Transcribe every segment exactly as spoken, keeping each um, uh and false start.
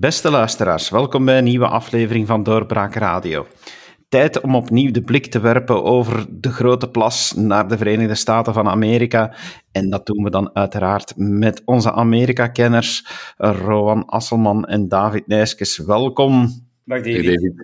Beste luisteraars, welkom bij een nieuwe aflevering van Doorbraak Radio. Tijd om opnieuw de blik te werpen over de grote plas naar de Verenigde Staten van Amerika. En dat doen we dan uiteraard met onze Amerika-kenners Rowan Asselman en David Nijskes. Welkom. Dag David. Hey David.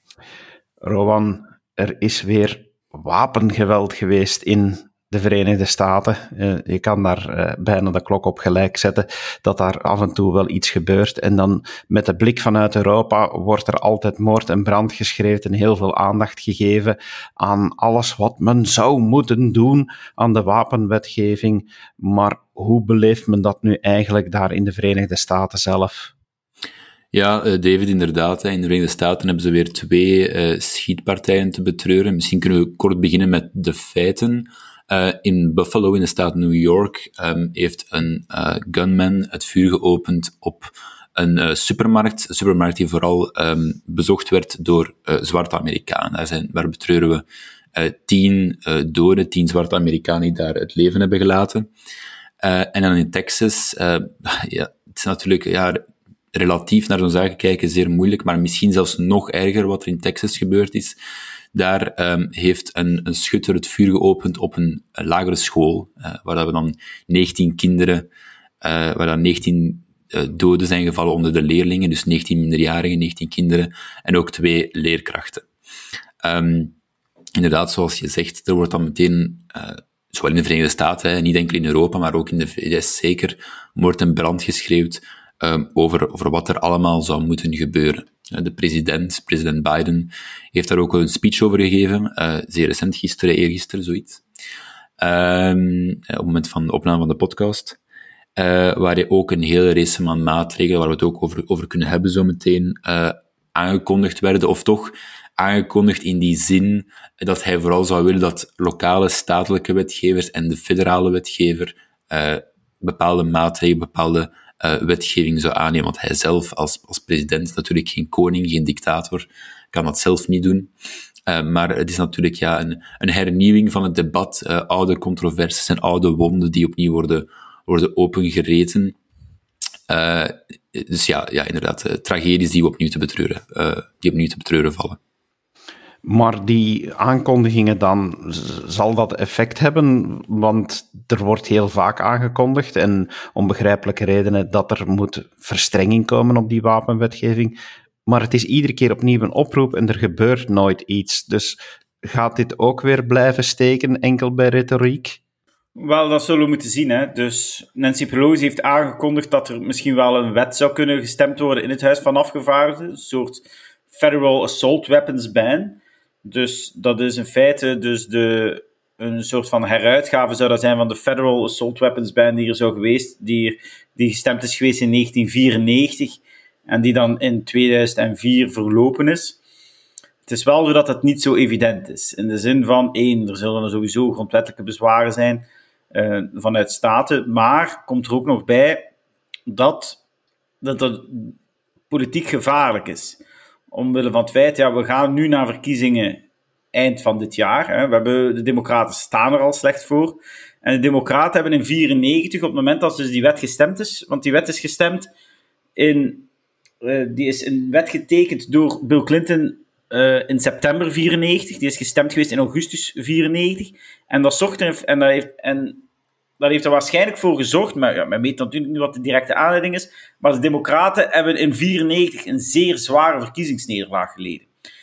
Rowan, er is weer wapengeweld geweest in de Verenigde Staten. Uh, je kan daar uh, bijna de klok op gelijk zetten dat daar af en toe wel iets gebeurt. En dan met de blik vanuit Europa wordt er altijd moord en brand geschreven en heel veel aandacht gegeven aan alles wat men zou moeten doen aan de wapenwetgeving. Maar hoe beleeft men dat nu eigenlijk daar in de Verenigde Staten zelf? Ja, David, inderdaad. In de Verenigde Staten hebben ze weer twee uh, schietpartijen te betreuren. Misschien kunnen we kort beginnen met de feiten. Uh, in Buffalo, in de staat New York, um, heeft een uh, gunman het vuur geopend op een uh, supermarkt, een supermarkt die vooral um, bezocht werd door uh, zwarte Amerikanen. Daar, zijn, daar betreuren we uh, tien uh, doden, tien zwarte Amerikanen die daar het leven hebben gelaten. Uh, en dan in Texas, uh, ja, het is natuurlijk ja, relatief naar zo'n zaken kijken zeer moeilijk, maar misschien zelfs nog erger wat er in Texas gebeurd is. Daar um, heeft een, een schutter het vuur geopend op een, een lagere school, uh, waar dat we dan negentien kinderen, uh, waar dan negentien uh, doden zijn gevallen onder de leerlingen, dus negentien minderjarigen, negentien kinderen, en ook twee leerkrachten. Um, inderdaad, zoals je zegt, er wordt dan meteen, uh, zowel in de Verenigde Staten, hè, niet enkel in Europa, maar ook in de V S zeker, moord en brand geschreeuwd um, over, over wat er allemaal zou moeten gebeuren. De president, president Biden, heeft daar ook een speech over gegeven, uh, zeer recent, gisteren, eergisteren, zoiets. Um, op het moment van de opname van de podcast. Uh, waar hij ook een hele race aan maatregelen, waar we het ook over, over kunnen hebben zo meteen, uh, aangekondigd werden, of toch aangekondigd in die zin dat hij vooral zou willen dat lokale statelijke wetgevers en de federale wetgever uh, bepaalde maatregelen, bepaalde Uh, wetgeving zou aannemen, want hij zelf als, als president is natuurlijk geen koning, geen dictator, kan dat zelf niet doen. Uh, maar het is natuurlijk ja, een, een hernieuwing van het debat, uh, oude controversies en oude wonden die opnieuw worden, worden opengereten. Uh, dus ja, ja, inderdaad, uh, tragedies die we opnieuw te betreuren, uh, die opnieuw te betreuren vallen. Maar die aankondigingen dan, zal dat effect hebben? Want er wordt heel vaak aangekondigd, en om begrijpelijke redenen, dat er moet verstrenging komen op die wapenwetgeving. Maar het is iedere keer opnieuw een oproep en er gebeurt nooit iets. Dus gaat dit ook weer blijven steken, enkel bij retoriek? Wel, dat zullen we moeten zien. Hè. Dus Nancy Pelosi heeft aangekondigd dat er misschien wel een wet zou kunnen gestemd worden in het Huis van Afgevaardigden. Een soort Federal Assault Weapons Ban. Dus dat is in feite dus de, een soort van heruitgave zou dat zijn van de Federal Assault Weapons Ban die er zou geweest, die, die gestemd is geweest in negentien vierennegentig en die dan in tweeduizend vier verlopen is. Het is wel zo dat het niet zo evident is. In de zin van, één, er zullen er sowieso grondwettelijke bezwaren zijn uh, vanuit staten, maar komt er ook nog bij dat dat, dat politiek gevaarlijk is. Omwille van het feit, ja, we gaan nu naar verkiezingen eind van dit jaar. Hè. We hebben, de democraten staan er al slecht voor. En de democraten hebben in negentien vierennegentig, op het moment dat dus die wet gestemd is, want die wet is gestemd in, uh, die is een wet getekend door Bill Clinton uh, in september vierennegentig. Die is gestemd geweest in augustus vierennegentig. En dat zorgt er, en dat heeft, en dat heeft er waarschijnlijk voor gezorgd, maar ja, men weet natuurlijk niet wat de directe aanleiding is, maar de democraten hebben in negentien vierennegentig een zeer zware verkiezingsnederlaag geleden.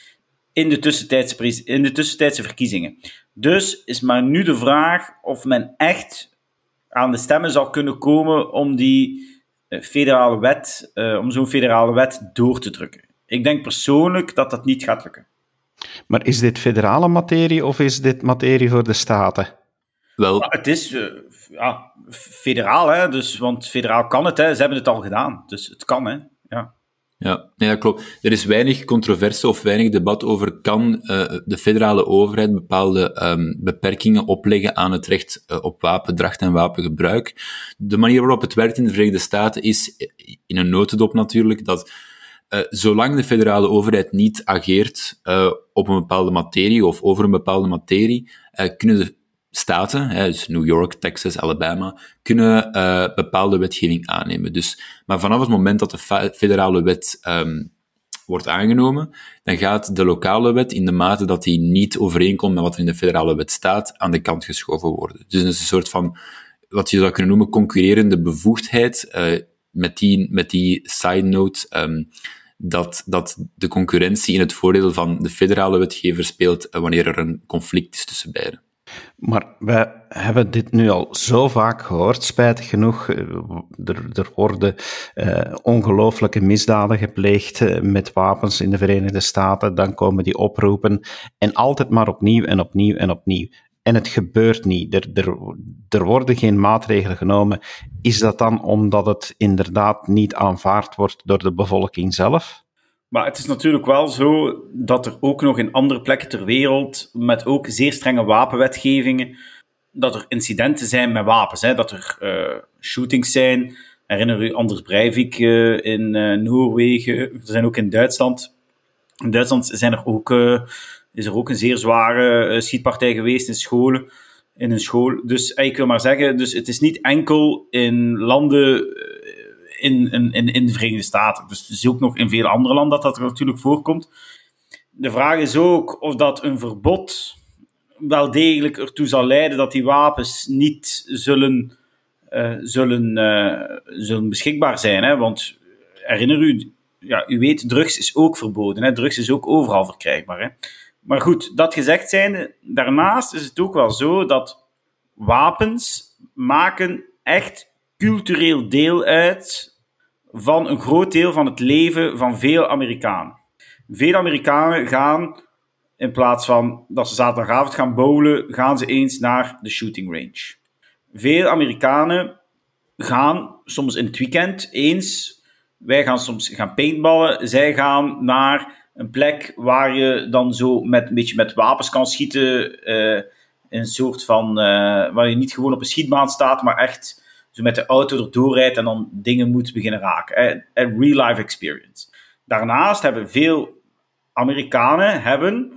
In de tussentijdse, in de tussentijdse verkiezingen. Dus is maar nu de vraag of men echt aan de stemmen zal kunnen komen om die federale wet, uh, om zo'n federale wet door te drukken. Ik denk persoonlijk dat dat niet gaat lukken. Maar is dit federale materie of is dit materie voor de staten? Wel, ja, het is uh, ja, federaal, hè, dus, want federaal kan het, hè, ze hebben het al gedaan, dus het kan, hè, ja. Ja, nee, dat klopt. Er is weinig controverse of weinig debat over kan uh, de federale overheid bepaalde um, beperkingen opleggen aan het recht uh, op wapendracht en wapengebruik. De manier waarop het werkt in de Verenigde Staten is, in een notendop natuurlijk, dat uh, zolang de federale overheid niet ageert uh, op een bepaalde materie of over een bepaalde materie, uh, kunnen de staten, hè, dus New York, Texas, Alabama, kunnen uh, bepaalde wetgeving aannemen. Dus, maar vanaf het moment dat de fa- federale wet um, wordt aangenomen, dan gaat de lokale wet, in de mate dat die niet overeenkomt met wat er in de federale wet staat, aan de kant geschoven worden. Dus het is een soort van, wat je zou kunnen noemen, concurrerende bevoegdheid, uh, met die, met die side note, um, dat, dat de concurrentie in het voordeel van de federale wetgever speelt uh, wanneer er een conflict is tussen beiden. Maar wij hebben dit nu al zo vaak gehoord, spijtig genoeg. Er, er worden uh, ongelooflijke misdaden gepleegd uh, met wapens in de Verenigde Staten. Dan komen die oproepen en altijd maar opnieuw en opnieuw en opnieuw. En het gebeurt niet. Er, er, er worden geen maatregelen genomen. Is dat dan omdat het inderdaad niet aanvaard wordt door de bevolking zelf? Maar het is natuurlijk wel zo dat er ook nog in andere plekken ter wereld, met ook zeer strenge wapenwetgevingen, dat er incidenten zijn met wapens. Hè? Dat er uh, shootings zijn. Herinner u Anders Breivik uh, in uh, Noorwegen. Er zijn ook in Duitsland. In Duitsland zijn er ook, uh, is er ook een zeer zware uh, schietpartij geweest in scholen. In een school. Dus ik wil maar zeggen, dus het is niet enkel in landen in, in, in de Verenigde Staten. Dus het is ook nog in veel andere landen dat dat natuurlijk voorkomt. De vraag is ook of dat een verbod wel degelijk ertoe zal leiden dat die wapens niet zullen, uh, zullen, uh, zullen beschikbaar zijn. Hè? Want herinner u, ja, u weet, drugs is ook verboden. Hè? Drugs is ook overal verkrijgbaar. Hè? Maar goed, dat gezegd zijnde, daarnaast is het ook wel zo dat wapens maken echt cultureel deel uit van een groot deel van het leven van veel Amerikanen. Veel Amerikanen gaan, in plaats van dat ze zaterdagavond gaan bowlen, gaan ze eens naar de shooting range. Veel Amerikanen gaan soms in het weekend eens, wij gaan soms gaan paintballen, zij gaan naar een plek waar je dan zo met, een beetje met wapens kan schieten, uh, een soort van, uh, waar je niet gewoon op een schietbaan staat, maar echt zo met de auto erdoor rijdt en dan dingen moet beginnen raken. Een real-life experience. Daarnaast hebben veel Amerikanen hebben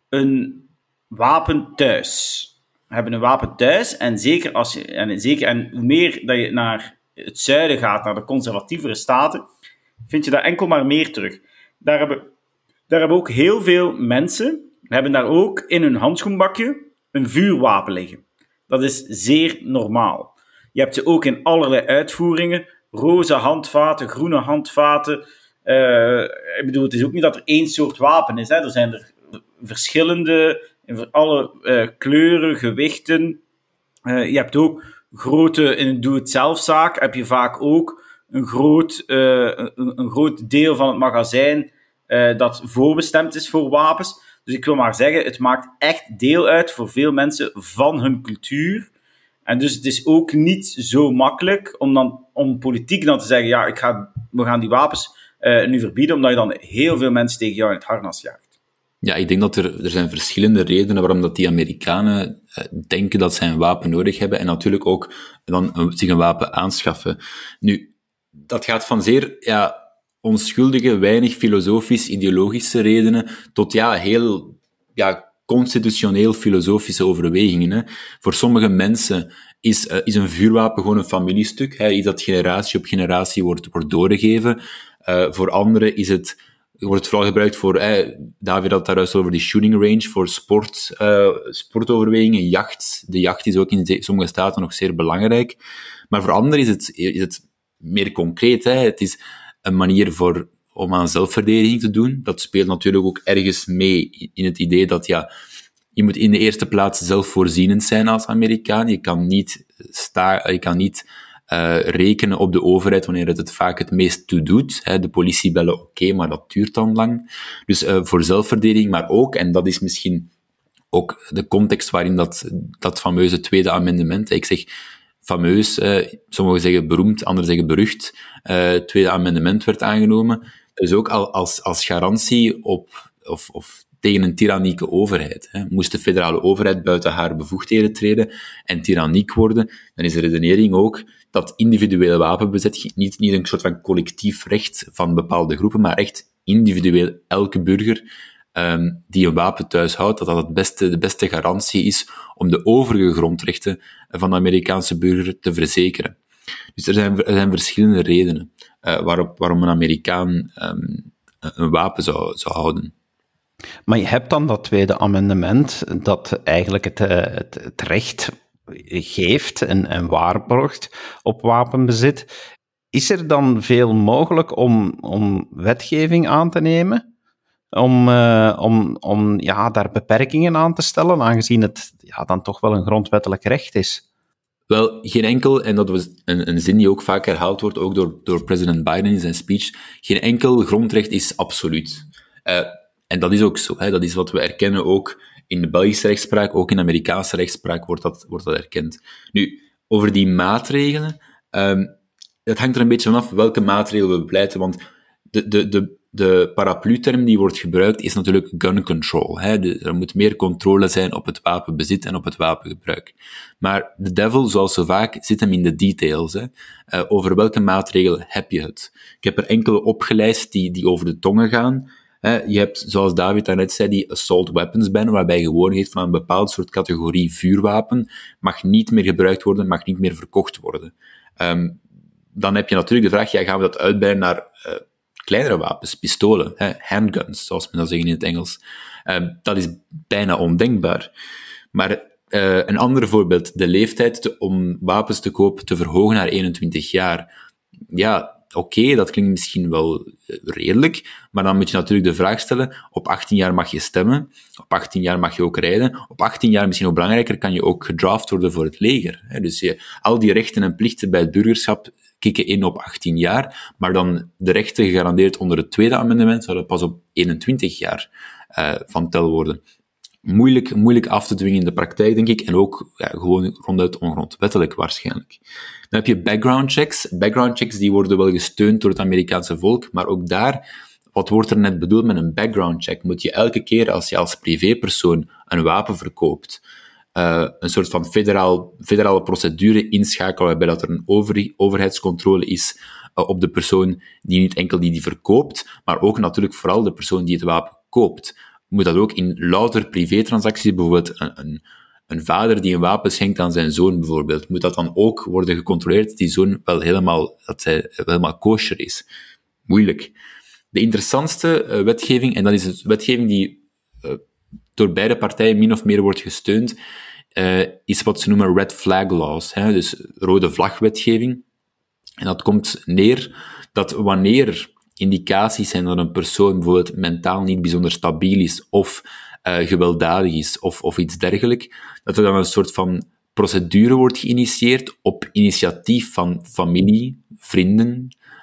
een wapen thuis. Hebben een wapen thuis en zeker, als je, en zeker en hoe meer dat je naar het zuiden gaat, naar de conservatievere staten, vind je daar enkel maar meer terug. Daar hebben, daar hebben ook heel veel mensen, hebben daar ook in hun handschoenbakje een vuurwapen liggen. Dat is zeer normaal. Je hebt ze ook in allerlei uitvoeringen. Roze handvaten, groene handvaten. Uh, ik bedoel, het is ook niet dat er één soort wapen is. Hè. Er zijn er verschillende, in alle uh, kleuren, gewichten. Uh, je hebt ook grote, in een doe-het-zelf-zaak heb je vaak ook een groot, uh, een, een groot deel van het magazijn uh, dat voorbestemd is voor wapens. Dus ik wil maar zeggen, het maakt echt deel uit voor veel mensen van hun cultuur. En dus het is ook niet zo makkelijk om, dan, om politiek dan te zeggen, ja, ik ga, we gaan die wapens uh, nu verbieden, omdat je dan heel veel mensen tegen jou in het harnas jaagt. Ja, ik denk dat er, er zijn verschillende redenen waarom dat die Amerikanen uh, denken dat zij een wapen nodig hebben en natuurlijk ook dan uh, zich een wapen aanschaffen. Nu, dat gaat van zeer ja, onschuldige, weinig filosofisch-ideologische redenen tot ja, heel ja, constitutioneel-filosofische overwegingen. Hè. Voor sommige mensen is, uh, is een vuurwapen gewoon een familiestuk, hè, iets dat generatie op generatie wordt, wordt doorgegeven. Uh, voor anderen is het, wordt het vooral gebruikt voor, eh, David had daar over die shooting range, voor sport, uh, sportoverwegingen, jacht. De jacht is ook in sommige staten nog zeer belangrijk. Maar voor anderen is het, is het meer concreet. Hè. Het is een manier voor, om aan zelfverdediging te doen. Dat speelt natuurlijk ook ergens mee in het idee dat, ja, je moet in de eerste plaats zelfvoorzienend zijn als Amerikaan. Je kan niet, sta, je kan niet uh, rekenen op de overheid wanneer het het vaak het meest toe doet. Hè. De politie bellen, oké, okay, maar dat duurt dan lang. Dus uh, voor zelfverdediging, maar ook, en dat is misschien ook de context waarin dat, dat fameuze tweede amendement, ik zeg fameus, uh, sommigen zeggen beroemd, anderen zeggen berucht, uh, tweede amendement werd aangenomen. Dus ook al als, als garantie op, of, of tegen een tyrannieke overheid. Hè. Moest de federale overheid buiten haar bevoegdheden treden en tyranniek worden, dan is de redenering ook dat individueel wapenbezit niet, niet een soort van collectief recht van bepaalde groepen, maar echt individueel elke burger um, die een wapen thuis houdt, dat dat het beste, de beste garantie is om de overige grondrechten van de Amerikaanse burger te verzekeren. Dus er zijn, er zijn verschillende redenen uh, waarop, waarom een Amerikaan um, een wapen zou, zou houden. Maar je hebt dan dat tweede amendement dat eigenlijk het, het, het recht geeft en, en waarborgt op wapenbezit. Is er dan veel mogelijk om, om wetgeving aan te nemen? Om, uh, om, om ja, daar beperkingen aan te stellen, aangezien het ja, dan toch wel een grondwettelijk recht is? Wel, geen enkel, en dat was een, een zin die ook vaak herhaald wordt, ook door, door president Biden in zijn speech, geen enkel grondrecht is absoluut. Uh, en dat is ook zo, hè, dat is wat we erkennen ook in de Belgische rechtspraak, ook in de Amerikaanse rechtspraak wordt dat, wordt dat erkend. Nu, over die maatregelen, um, dat hangt er een beetje vanaf welke maatregelen we bepleiten, want de, de, de, de paraplu-term die wordt gebruikt is natuurlijk gun control. Hè. De, er moet meer controle zijn op het wapenbezit en op het wapengebruik. Maar de devil, zoals zo vaak, zit hem in de details. Hè. Uh, over welke maatregelen heb je het? Ik heb er enkele opgelijst die, die over de tongen gaan. Uh, je hebt, zoals David daarnet zei, die assault weapons ban, waarbij je gewoon heeft van een bepaald soort categorie vuurwapen, mag niet meer gebruikt worden, mag niet meer verkocht worden. Um, dan heb je natuurlijk de vraag, ja, gaan we dat uitbreiden naar uh, kleinere wapens, pistolen, hè, handguns, zoals men dat zeggen in het Engels. Um, dat is bijna ondenkbaar. Maar uh, een ander voorbeeld, de leeftijd te, om wapens te kopen te verhogen naar eenentwintig jaar. Ja, oké, okay, dat klinkt misschien wel redelijk, maar dan moet je natuurlijk de vraag stellen, op achttien jaar mag je stemmen, op achttien jaar mag je ook rijden, op achttien jaar, misschien nog belangrijker, kan je ook gedraft worden voor het leger. Hè. Dus je, al die rechten en plichten bij het burgerschap kikken in op achttien jaar, maar dan de rechten gegarandeerd onder het tweede amendement zouden pas op eenentwintig jaar uh, van tel worden. Moeilijk, moeilijk af te dwingen in de praktijk, denk ik, en ook ja, gewoon ronduit ongrondwettelijk waarschijnlijk. Dan heb je background checks. Background checks die worden wel gesteund door het Amerikaanse volk, maar ook daar, wat wordt er net bedoeld met een background check? Moet je elke keer als je als privépersoon een wapen verkoopt, Uh, een soort van federaal, federale procedure inschakelen, waarbij dat er een over, overheidscontrole is uh, op de persoon die niet enkel die die verkoopt, maar ook natuurlijk vooral de persoon die het wapen koopt. Moet dat ook in louter privétransacties, bijvoorbeeld een, een, een vader die een wapen schenkt aan zijn zoon bijvoorbeeld, moet dat dan ook worden gecontroleerd dat die zoon wel helemaal, dat zij wel helemaal kosher is? Moeilijk. De interessantste uh, wetgeving, en dat is de wetgeving die uh, door beide partijen min of meer wordt gesteund, uh, is wat ze noemen red flag laws, hè? Dus rode vlagwetgeving. En dat komt neer dat wanneer er indicaties zijn dat een persoon bijvoorbeeld mentaal niet bijzonder stabiel is, of uh, gewelddadig is, of, of iets dergelijks, dat er dan een soort van procedure wordt geïnitieerd op initiatief van familie, vrienden,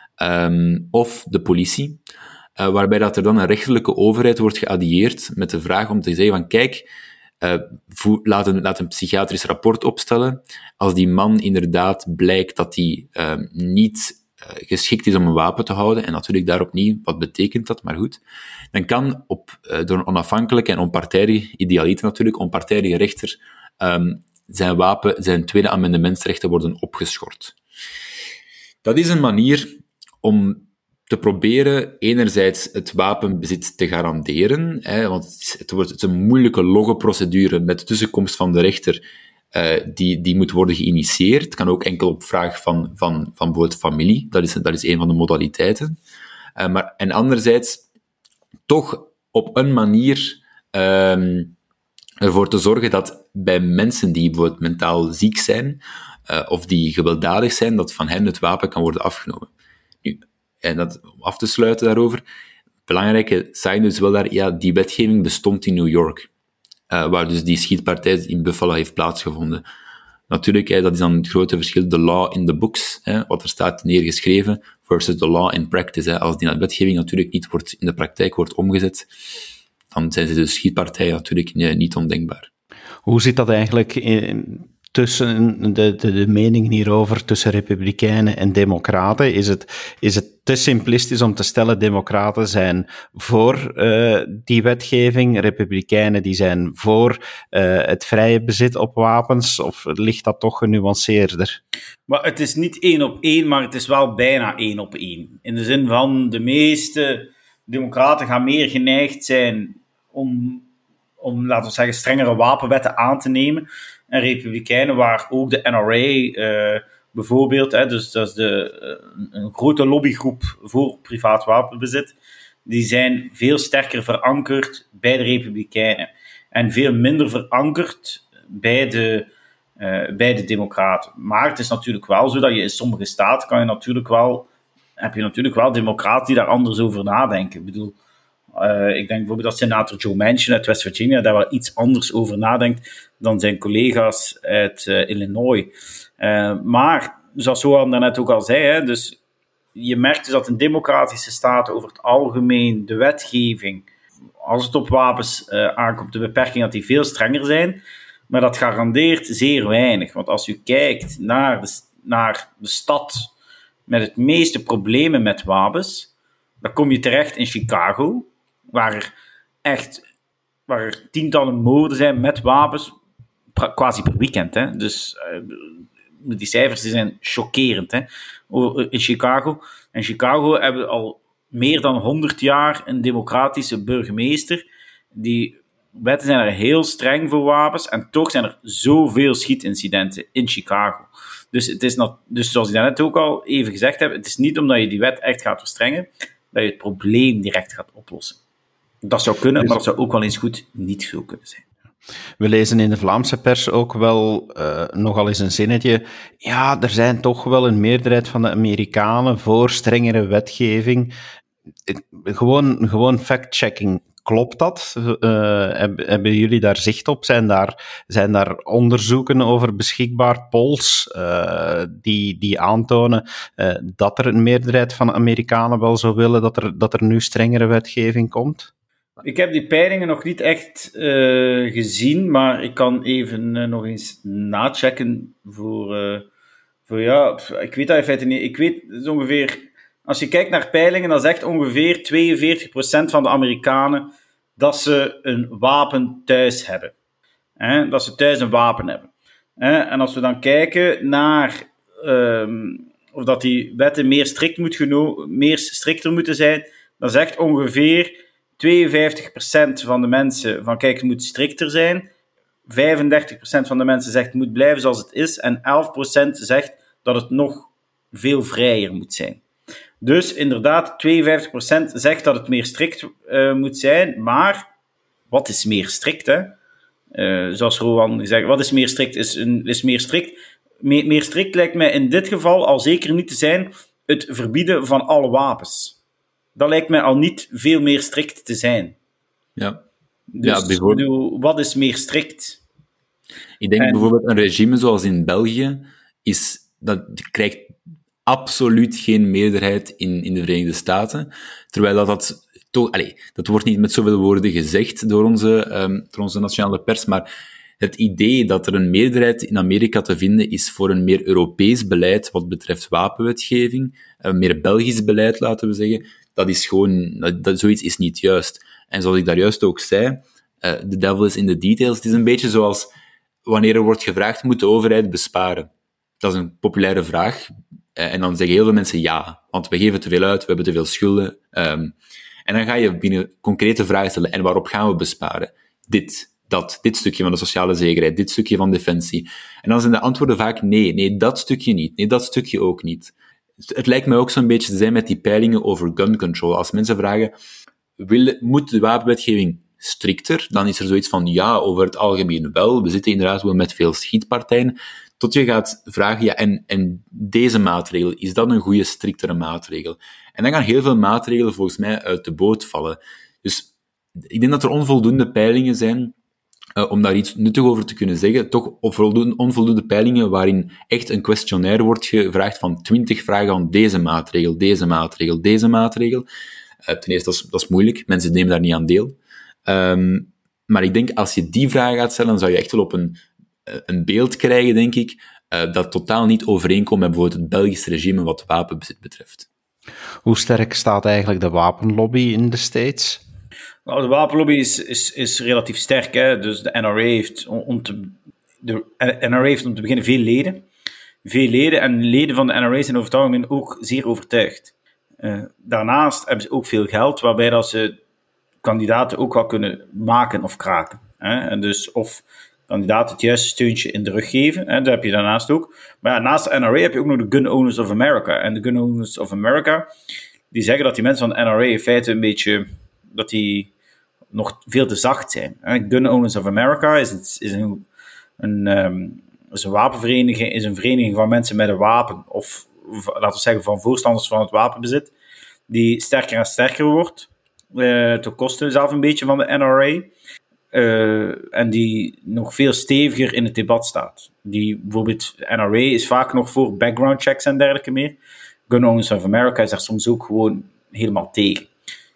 um, of de politie, Uh, waarbij dat er dan een rechterlijke overheid wordt geaddieerd met de vraag om te zeggen van kijk, uh, vo- laat, een, laat een psychiatrisch rapport opstellen. Als die man inderdaad blijkt dat hij uh, niet uh, geschikt is om een wapen te houden, en natuurlijk daarop niet, wat betekent dat, maar goed, dan kan op, uh, door een onafhankelijke en onpartijdige, idealiter natuurlijk, onpartijdige rechter um, zijn wapen, zijn tweede amendementsrechten worden opgeschort. Dat is een manier om te proberen enerzijds het wapenbezit te garanderen, hè, want het is, het wordt, het is een moeilijke loggeprocedure met de tussenkomst van de rechter uh, die, die moet worden geïnitieerd. Het kan ook enkel op vraag van, van, van bijvoorbeeld familie, dat is, dat is een van de modaliteiten. Uh, maar, en anderzijds toch op een manier um, ervoor te zorgen dat bij mensen die bijvoorbeeld mentaal ziek zijn uh, of die gewelddadig zijn, dat van hen het wapen kan worden afgenomen. Nu, en dat, om af te sluiten daarover, belangrijke zaak dus wel daar, ja, die wetgeving bestond in New York, uh, waar dus die schietpartij in Buffalo heeft plaatsgevonden. Natuurlijk, hè, dat is dan het grote verschil, de law in the books, hè, wat er staat neergeschreven, versus the law in practice. Hè. Als die wetgeving natuurlijk niet wordt, in de praktijk wordt omgezet, dan zijn ze de schietpartijen natuurlijk niet ondenkbaar. Hoe zit dat eigenlijk in, tussen de, de, de meningen hierover tussen republikeinen en democraten? Is het, is het te simplistisch om te stellen, democraten zijn voor uh, die wetgeving, republikeinen die zijn voor uh, het vrije bezit op wapens, of ligt dat toch genuanceerder? Maar het is niet één op één, maar het is wel bijna één op één. In de zin van, de meeste democraten gaan meer geneigd zijn om, om, laten we zeggen, strengere wapenwetten aan te nemen. En republikeinen, waar ook de N R A uh, bijvoorbeeld, hè, dus dat is de, uh, een grote lobbygroep voor privaat wapenbezit, die zijn veel sterker verankerd bij de republikeinen. En veel minder verankerd bij de, uh, bij de democraten. Maar het is natuurlijk wel zo dat je in sommige staten kan je natuurlijk wel, heb je natuurlijk wel democraten die daar anders over nadenken. Ik bedoel, uh, ik denk bijvoorbeeld dat senator Joe Manchin uit West Virginia daar wel iets anders over nadenkt dan zijn collega's uit uh, Illinois. Uh, maar, zoals Johan daarnet ook al zei, hè, dus je merkt dus dat in democratische staten over het algemeen de wetgeving, als het op wapens uh, aankomt, de beperkingen, dat die veel strenger zijn. Maar dat garandeert zeer weinig. Want als u kijkt naar de, naar de stad met het meeste problemen met wapens, dan kom je terecht in Chicago, waar er echt waar er tientallen moorden zijn met wapens, pra- quasi per weekend. Hè. Dus uh, die cijfers die zijn chockerend, hè, in Chicago. En Chicago hebben al meer dan honderd jaar een democratische burgemeester. Die wetten zijn er heel streng voor wapens en toch zijn er zoveel schietincidenten in Chicago. Dus, het is not, dus zoals ik daarnet ook al even gezegd heb, het is niet omdat je die wet echt gaat verstrengen, dat je het probleem direct gaat oplossen. Dat zou kunnen, maar dat zou ook wel eens goed niet zo kunnen zijn. We lezen in de Vlaamse pers ook wel uh, nogal eens een zinnetje. Ja, er zijn toch wel een meerderheid van de Amerikanen voor strengere wetgeving. Gewoon, gewoon fact-checking. Klopt dat? Uh, hebben jullie daar zicht op? Zijn daar, zijn daar onderzoeken over beschikbaar, polls, uh, die, die aantonen uh, dat er een meerderheid van de Amerikanen wel zou willen dat er, dat er nu strengere wetgeving komt? Ik heb die peilingen nog niet echt uh, gezien, maar ik kan even uh, nog eens nachecken voor, uh, voor ja, ik weet dat in feite niet. Ik weet het is ongeveer, als je kijkt naar peilingen, dan zegt ongeveer tweeënveertig procent van de Amerikanen dat ze een wapen thuis hebben. Hè? Dat ze thuis een wapen hebben. Hè? En als we dan kijken naar um, of dat die wetten meer, strikt moet geno- meer strikter moeten zijn, dan zegt ongeveer tweeënvijftig procent van de mensen van kijk, het moet strikter zijn. vijfendertig procent van de mensen zegt het moet blijven zoals het is. En elf procent zegt dat het nog veel vrijer moet zijn. Dus inderdaad, tweeënvijftig procent zegt dat het meer strikt uh, moet zijn. Maar wat is meer strikt? Hè? Uh, zoals Rowan gezegd, wat is meer strikt? Is, een, is meer strikt? Me, meer strikt lijkt mij in dit geval al zeker niet te zijn het verbieden van alle wapens. Dat lijkt mij al niet veel meer strikt te zijn. Ja. Dus ja, bijvoorbeeld... bedoel, wat is meer strikt? Ik denk en... bijvoorbeeld een regime zoals in België, is, dat krijgt absoluut geen meerderheid in, in de Verenigde Staten. Terwijl dat, dat, toch, allez, dat wordt niet met zoveel woorden gezegd door onze, um, door onze nationale pers, maar het idee dat er een meerderheid in Amerika te vinden is voor een meer Europees beleid wat betreft wapenwetgeving, een meer Belgisch beleid, laten we zeggen, dat is gewoon, dat, dat, zoiets is niet juist. En zoals ik daar juist ook zei, uh, the devil is in the details. Het is een beetje zoals wanneer er wordt gevraagd, moet de overheid besparen? Dat is een populaire vraag. Uh, en dan zeggen heel veel mensen ja, want we geven te veel uit, we hebben te veel schulden. Um, en dan ga je binnen concrete vragen stellen, en waarop gaan we besparen? Dit, dat, dit stukje van de sociale zekerheid, dit stukje van defensie. En dan zijn de antwoorden vaak nee, nee, dat stukje niet, nee, dat stukje ook niet. Het lijkt mij ook zo'n beetje te zijn met die peilingen over gun control. Als mensen vragen, wil, moet de wapenwetgeving strikter? Dan is er zoiets van, ja, over het algemeen wel. We zitten inderdaad wel met veel schietpartijen. Tot je gaat vragen, ja, en, en deze maatregel, is dat een goede, striktere maatregel? En dan gaan heel veel maatregelen volgens mij uit de boot vallen. Dus ik denk dat er onvoldoende peilingen zijn Uh, om daar iets nuttig over te kunnen zeggen, toch onvoldoende peilingen waarin echt een questionnaire wordt gevraagd van twintig vragen van deze maatregel, deze maatregel, deze maatregel. Uh, ten eerste, dat is, dat is moeilijk, mensen nemen daar niet aan deel. Um, maar ik denk, als je die vragen gaat stellen, dan zou je echt wel op een, een beeld krijgen, denk ik, uh, dat totaal niet overeenkomt met bijvoorbeeld het Belgisch regime wat wapenbezit betreft. Hoe sterk staat eigenlijk de wapenlobby in de States? Nou, de wapenlobby is, is, is relatief sterk. Hè? Dus de N R A heeft om te, de N R A heeft om te beginnen veel leden. Veel leden. En leden van de N R A zijn over het algemeen ook zeer overtuigd. Uh, daarnaast hebben ze ook veel geld, waarbij dat ze kandidaten ook wel kunnen maken of kraken. Hè? En dus of kandidaten het juiste steuntje in de rug geven. Hè? Dat heb je daarnaast ook. Maar ja, naast de N R A heb je ook nog de Gun Owners of America. En de Gun Owners of America, die zeggen dat die mensen van de N R A in feite een beetje, dat die nog veel te zacht zijn. Hè? Gun Owners of America is, het, is een, een, um, is een wapenvereniging, is een vereniging van mensen met een wapen, of laten we zeggen van voorstanders van het wapenbezit, die sterker en sterker wordt, uh, ten koste zelf een beetje van de N R A. Uh, en die nog veel steviger in het debat staat. Die bijvoorbeeld, N R A is vaak nog voor background checks en dergelijke meer. Gun Owners of America is daar soms ook gewoon helemaal tegen.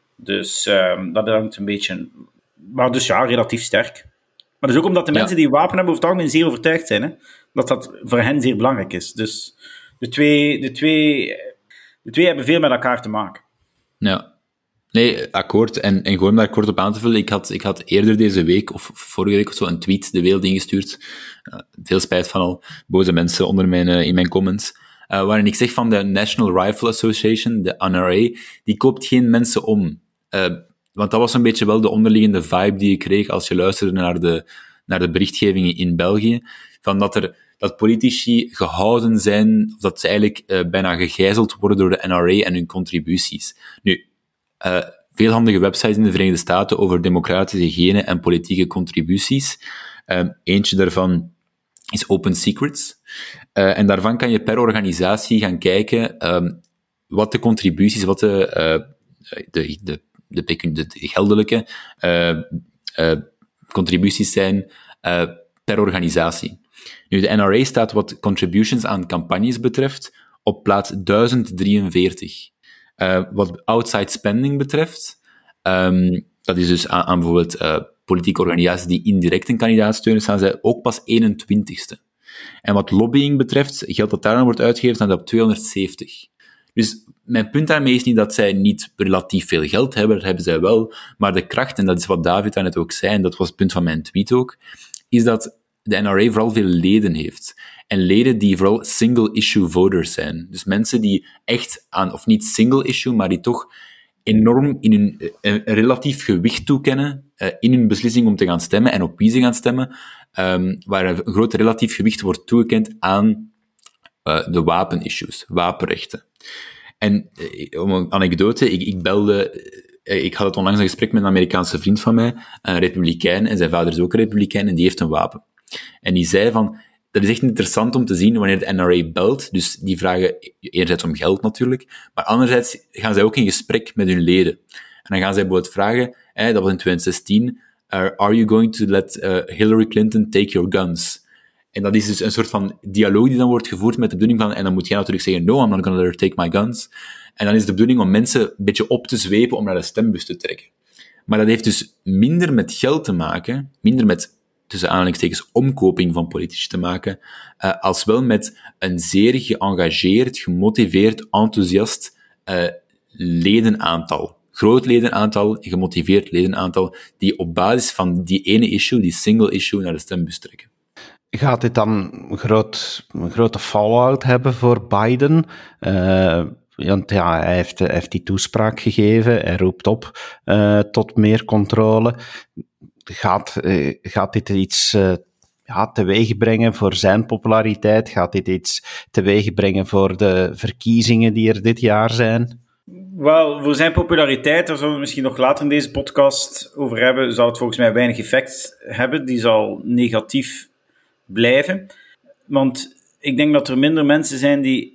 Dus um, dat hangt een beetje... Maar dus ja, relatief sterk. Maar dat is ook omdat de ja. mensen die een wapen hebben over het algemeen zeer overtuigd zijn. Hè? Dat dat voor hen zeer belangrijk is. Dus de twee, de twee, de twee hebben veel met elkaar te maken. Ja. Nee, akkoord. En, en gewoon om daar kort op aan te vullen, ik had, ik had eerder deze week, of vorige week of zo, een tweet de wereld ingestuurd. Uh, veel spijt van al boze mensen onder mijn, uh, in mijn comments. Uh, waarin ik zeg van de National Rifle Association, de N R A, die koopt geen mensen om. Uh, want dat was een beetje wel de onderliggende vibe die ik kreeg als je luisterde naar de, naar de berichtgevingen in België. Van dat er, dat politici gehouden zijn, of dat ze eigenlijk uh, bijna gegijzeld worden door de N R A en hun contributies. Nu, Uh, veel handige websites in de Verenigde Staten over democratische hygiëne en politieke contributies. Uh, eentje daarvan is Open Secrets. Uh, en daarvan kan je per organisatie gaan kijken um, wat de contributies, wat de, uh, de, de, de, de, de geldelijke uh, uh, contributies zijn uh, per organisatie. Nu, de N R A staat wat contributions aan campagnes betreft op plaats duizend drieënveertig. Uh, wat outside spending betreft, um, dat is dus aan, aan bijvoorbeeld uh, politieke organisaties die indirect een kandidaat steunen, staan zij ook pas eenentwintigste. En wat lobbying betreft, geld dat daar aan wordt uitgegeven, staat op tweehonderdzeventig. Dus mijn punt daarmee is niet dat zij niet relatief veel geld hebben, dat hebben zij wel, maar de kracht, en dat is wat David daarnet ook zei, en dat was het punt van mijn tweet ook, is dat de N R A vooral veel leden heeft. En leden die vooral single-issue voters zijn. Dus mensen die echt aan, of niet single-issue, maar die toch enorm in hun, een relatief gewicht toekennen uh, in hun beslissing om te gaan stemmen en op wie ze gaan stemmen, um, waar een groot relatief gewicht wordt toegekend aan uh, de wapenissues, wapenrechten. En uh, om een anekdote, ik, ik belde... Uh, ik had het onlangs een gesprek met een Amerikaanse vriend van mij, een republikein, en zijn vader is ook een republikein, en die heeft een wapen. En die zei van, dat is echt interessant om te zien wanneer de N R A belt, dus die vragen enerzijds om geld natuurlijk, maar anderzijds gaan zij ook in gesprek met hun leden. En dan gaan zij bijvoorbeeld vragen, eh, dat was in twintig zestien, uh, are you going to let uh, Hillary Clinton take your guns? En dat is dus een soort van dialoog die dan wordt gevoerd met de bedoeling van, en dan moet jij natuurlijk zeggen, no, I'm not going to let her take my guns. En dan is de bedoeling om mensen een beetje op te zwepen om naar de stembus te trekken. Maar dat heeft dus minder met geld te maken, minder met tussen aanhalingstekens omkoping van politici te maken, uh, als wel met een zeer geëngageerd, gemotiveerd, enthousiast uh, ledenaantal. Groot ledenaantal, gemotiveerd ledenaantal, die op basis van die ene issue, die single issue, naar de stembus trekken. Gaat dit dan een, groot, een grote fallout hebben voor Biden? Uh, want ja, hij heeft, hij heeft die toespraak gegeven, hij roept op uh, tot meer controle. Gaat, uh, gaat dit iets uh, ja, teweeg brengen voor zijn populariteit? Gaat dit iets teweeg brengen voor de verkiezingen die er dit jaar zijn? Wel, voor zijn populariteit, daar zullen we het misschien nog later in deze podcast over hebben, zal het volgens mij weinig effect hebben. Die zal negatief blijven. Want ik denk dat er minder mensen zijn die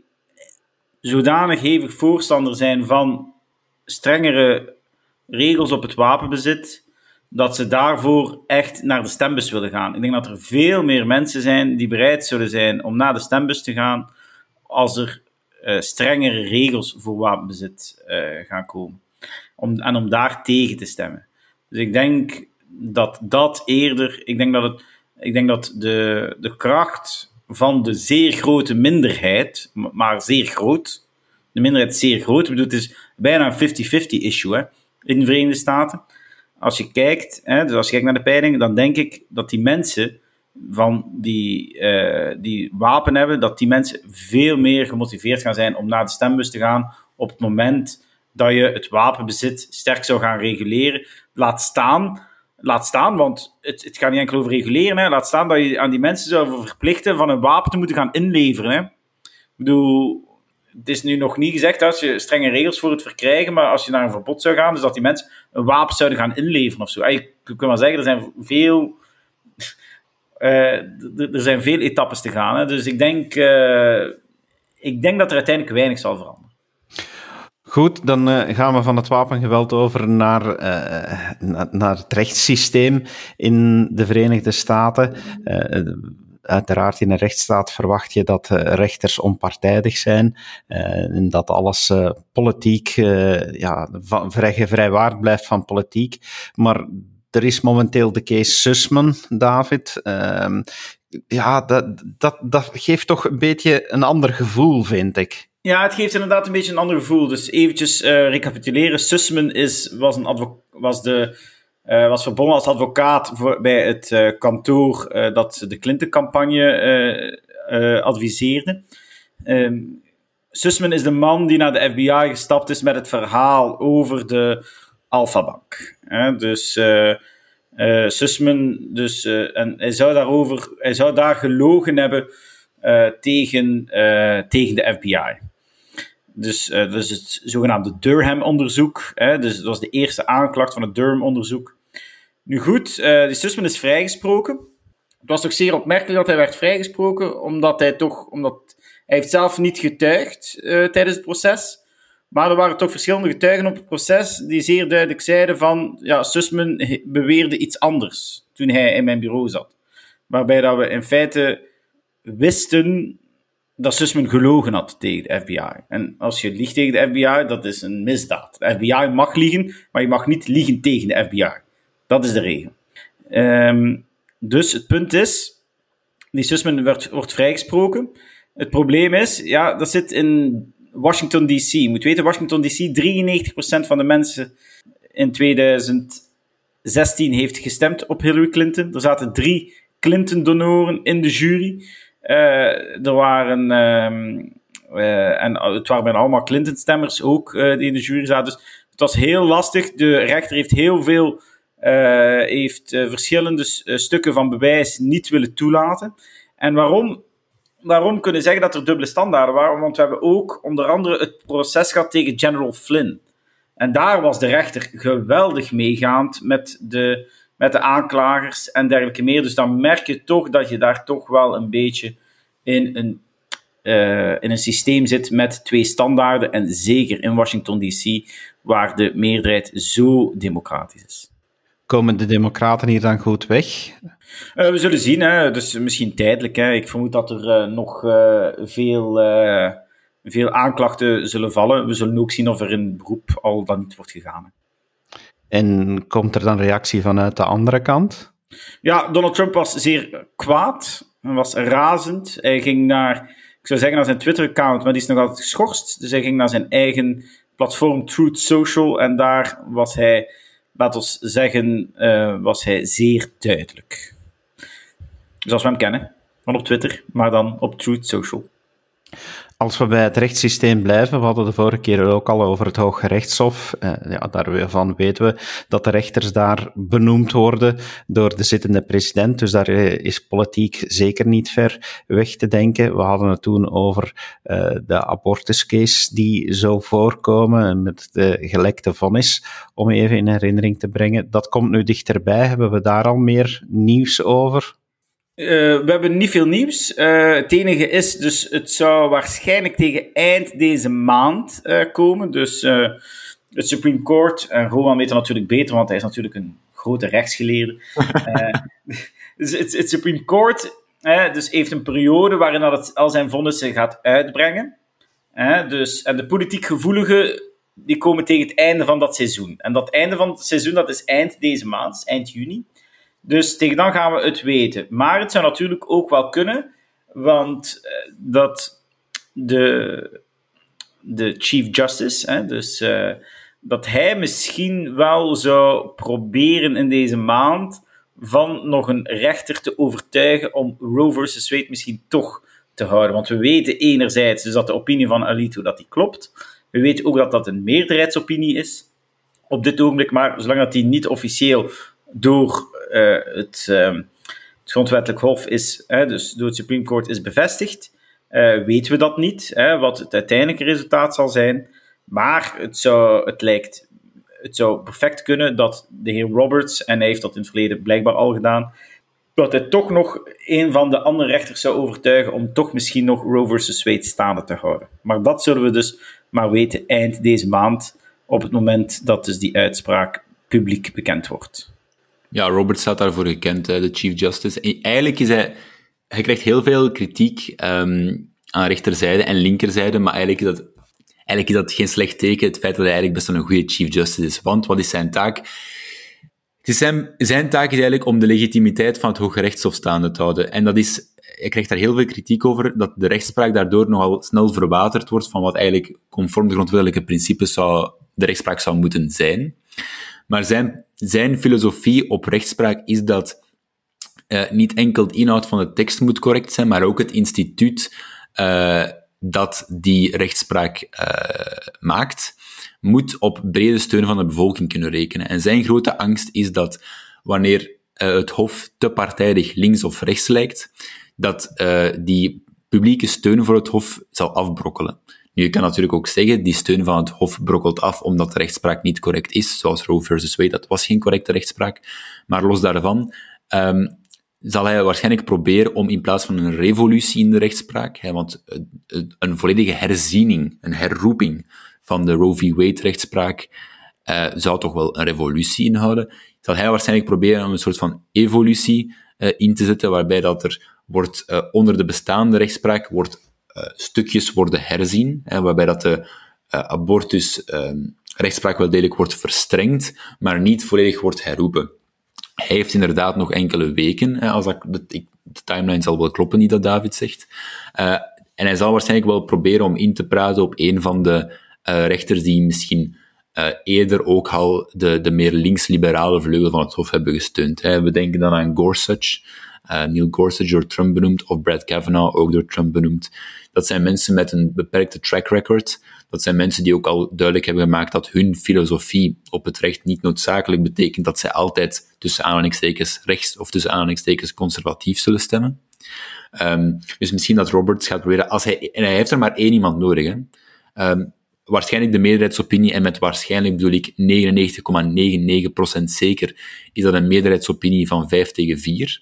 zodanig hevig voorstander zijn van strengere regels op het wapenbezit, dat ze daarvoor echt naar de stembus willen gaan. Ik denk dat er veel meer mensen zijn die bereid zullen zijn om naar de stembus te gaan als er uh, strengere regels voor wapenbezit uh, gaan komen. Om, en om daar tegen te stemmen. Dus ik denk dat dat eerder... Ik denk dat, het, ik denk dat de, de kracht van de zeer grote minderheid, maar zeer groot, de minderheid is zeer groot, ik bedoel, het is bijna een fifty-fifty issue hè, in de Verenigde Staten. Als je kijkt, hè, dus als je kijkt naar de peilingen, dan denk ik dat die mensen van die, uh, die wapen hebben, dat die mensen veel meer gemotiveerd gaan zijn om naar de stembus te gaan op het moment dat je het wapenbezit sterk zou gaan reguleren. Laat staan, laat staan want het, het gaat niet enkel over reguleren, hè. Laat staan dat je aan die mensen zou verplichten van een wapen te moeten gaan inleveren. Hè. Ik bedoel, het is nu nog niet gezegd als je strenge regels voor het verkrijgen, maar als je naar een verbod zou gaan, dus dat die mensen een wapen zouden gaan inleveren of zo. Ik kan wel zeggen, er zijn veel, uh, er zijn veel etappes te gaan. Hè. Dus ik denk, uh, ik denk dat er uiteindelijk weinig zal veranderen. Goed, dan uh, gaan we van het wapengeweld over naar, uh, na, naar het rechtssysteem in de Verenigde Staten. Uh, Uiteraard, in een rechtsstaat verwacht je dat uh, rechters onpartijdig zijn uh, en dat alles uh, politiek, uh, ja, van, vrij, vrijwaard blijft van politiek. Maar er is momenteel de case Sussman, David. Uh, ja, dat, dat, dat geeft toch een beetje een ander gevoel, vind ik. Ja, het geeft inderdaad een beetje een ander gevoel. Dus eventjes uh, recapituleren. Sussman is, was, een advo- was, de, uh, was verbonden als advocaat voor, bij het uh, kantoor uh, dat de Clinton-campagne uh, uh, adviseerde. Um, Sussman is de man die naar de F B I gestapt is met het verhaal over de Alpha-bank. Uh, dus uh, uh, Sussman, dus, uh, en hij zou daarover, hij zou daar gelogen hebben uh, tegen, uh, tegen de F B I. Dus uh, dat is het zogenaamde Durham-onderzoek. Hè? Dus dat was de eerste aanklacht van het Durham-onderzoek. Nu goed, uh, die Sussman is vrijgesproken. Het was toch zeer opmerkelijk dat hij werd vrijgesproken, omdat hij toch, omdat hij heeft zelf niet getuigd uh, tijdens het proces. Maar er waren toch verschillende getuigen op het proces die zeer duidelijk zeiden van, ja, Sussman beweerde iets anders toen hij in mijn bureau zat. Waarbij dat we in feite wisten dat Sussman gelogen had tegen de F B I. En als je liegt tegen de F B I, dat is een misdaad. De F B I mag liegen, maar je mag niet liegen tegen de F B I. Dat is de regel. Um, dus het punt is, die Sussman wordt, wordt vrijgesproken. Het probleem is, ja, dat zit in Washington D C. Je moet weten, Washington D C, drieënnegentig procent van de mensen in twintig zestien heeft gestemd op Hillary Clinton. Er zaten drie Clinton-donoren in de jury. Uh, er waren, um, uh, en het waren bijna allemaal Clinton-stemmers ook, uh, die in de jury zaten. Dus het was heel lastig. De rechter heeft heel veel, uh, heeft uh, verschillende uh, stukken van bewijs niet willen toelaten. En waarom, waarom kunnen we zeggen dat er dubbele standaarden waren? Want we hebben ook onder andere het proces gehad tegen General Flynn. En daar was de rechter geweldig meegaand met de, met de aanklagers en dergelijke meer. Dus dan merk je toch dat je daar toch wel een beetje in een, uh, in een systeem zit met twee standaarden. En zeker in Washington D C, waar de meerderheid zo democratisch is. Komen de democraten hier dan goed weg? Uh, we zullen zien, hè. Dus misschien tijdelijk. Hè. Ik vermoed dat er uh, nog uh, veel, uh, veel aanklachten zullen vallen. We zullen ook zien of er in beroep al dan niet wordt gegaan. En komt er dan reactie vanuit de andere kant? Ja, Donald Trump was zeer kwaad. Hij was razend. Hij ging naar, ik zou zeggen naar zijn Twitter-account, maar die is nog altijd geschorst. Dus hij ging naar zijn eigen platform Truth Social en daar was hij, laat ons zeggen, uh, was hij zeer duidelijk. Zoals we hem kennen, van op Twitter, maar dan op Truth Social. Als we bij het rechtssysteem blijven, we hadden de vorige keer ook al over het Hoge Rechtshof. Uh, ja, daarvan weten we dat de rechters daar benoemd worden door de zittende president. Dus daar is politiek zeker niet ver weg te denken. We hadden het toen over uh, de abortuscase die zou voorkomen met de gelekte vonnis, om even in herinnering te brengen. Dat komt nu dichterbij. Hebben we daar al meer nieuws over? Uh, we hebben niet veel nieuws. Uh, het enige is, dus het zou waarschijnlijk tegen eind deze maand uh, komen. Dus uh, het Supreme Court, en Rowan weet het natuurlijk beter, want hij is natuurlijk een grote rechtsgeleerde. uh, dus het, het Supreme Court uh, dus heeft een periode waarin dat het al zijn vonnissen gaat uitbrengen. Uh, dus, en de politiek gevoeligen die komen tegen het einde van dat seizoen. En dat einde van het seizoen, dat is eind deze maand, eind juni. Dus tegen dan gaan we het weten. Maar het zou natuurlijk ook wel kunnen, want uh, dat de, de Chief Justice, hè, dus uh, dat hij misschien wel zou proberen in deze maand van nog een rechter te overtuigen om Roe versus Wade misschien toch te houden. Want we weten enerzijds dus dat de opinie van Alito dat die klopt. We weten ook dat dat een meerderheidsopinie is op dit ogenblik, maar zolang dat die niet officieel door uh, het, uh, het grondwettelijk hof is, hè, dus door het Supreme Court is bevestigd, uh, weten we dat niet, hè, wat het uiteindelijke resultaat zal zijn. Maar het, zou, het lijkt, het zou perfect kunnen dat de heer Roberts, en hij heeft dat in het verleden blijkbaar al gedaan, dat hij toch nog een van de andere rechters zou overtuigen om toch misschien nog Roe versus Wade staande te houden. Maar dat zullen we dus maar weten eind deze maand, op het moment dat dus die uitspraak publiek bekend wordt. Ja, Roberts staat daarvoor gekend, de Chief Justice. En eigenlijk is hij... Hij krijgt heel veel kritiek um, aan rechterzijde en linkerzijde, maar eigenlijk is, dat, eigenlijk is dat geen slecht teken, het feit dat hij eigenlijk best wel een goede Chief Justice is. Want wat is zijn taak? Het is zijn, zijn taak is eigenlijk om de legitimiteit van het Hoge Rechtshof staande te houden. En dat is... Hij krijgt daar heel veel kritiek over, dat de rechtspraak daardoor nogal snel verwaterd wordt van wat eigenlijk conform de grondwettelijke principes zou, de rechtspraak zou moeten zijn. Maar zijn, zijn filosofie op rechtspraak is dat uh, niet enkel de inhoud van de tekst moet correct zijn, maar ook het instituut uh, dat die rechtspraak uh, maakt, moet op brede steun van de bevolking kunnen rekenen. En zijn grote angst is dat wanneer uh, het Hof te partijdig links of rechts lijkt, dat uh, die publieke steun voor het Hof zal afbrokkelen. Nu, je kan natuurlijk ook zeggen, die steun van het Hof brokkelt af omdat de rechtspraak niet correct is, zoals Roe versus Wade, dat was geen correcte rechtspraak. Maar los daarvan um, zal hij waarschijnlijk proberen om in plaats van een revolutie in de rechtspraak, hè, want een volledige herziening, een herroeping van de Roe v. Wade-rechtspraak uh, zou toch wel een revolutie inhouden, zal hij waarschijnlijk proberen om een soort van evolutie uh, in te zetten, waarbij dat er wordt uh, onder de bestaande rechtspraak wordt uh, stukjes worden herzien, hè, waarbij dat de uh, abortus uh, rechtspraak wel degelijk wordt verstrengd, maar niet volledig wordt herroepen. Hij heeft inderdaad nog enkele weken, hè, als dat, de, de timeline zal wel kloppen die dat David zegt, uh, en hij zal waarschijnlijk wel proberen om in te praten op een van de uh, rechters die misschien uh, eerder ook al de, de meer links-liberale vleugel van het Hof hebben gesteund. Hè. We denken dan aan Gorsuch, Uh, Neil Gorsuch door Trump benoemd, of Brett Kavanaugh ook door Trump benoemd. Dat zijn mensen met een beperkte track record. Dat zijn mensen die ook al duidelijk hebben gemaakt dat hun filosofie op het recht niet noodzakelijk betekent dat zij altijd tussen aanhalingstekens rechts of tussen aanhalingstekens conservatief zullen stemmen. Um, dus misschien dat Roberts gaat proberen, als hij, en hij heeft er maar één iemand nodig, hè. Um, waarschijnlijk de meerderheidsopinie, en met waarschijnlijk bedoel ik negenennegentig komma negenennegentig procent zeker, is dat een meerderheidsopinie van vijf tegen vier.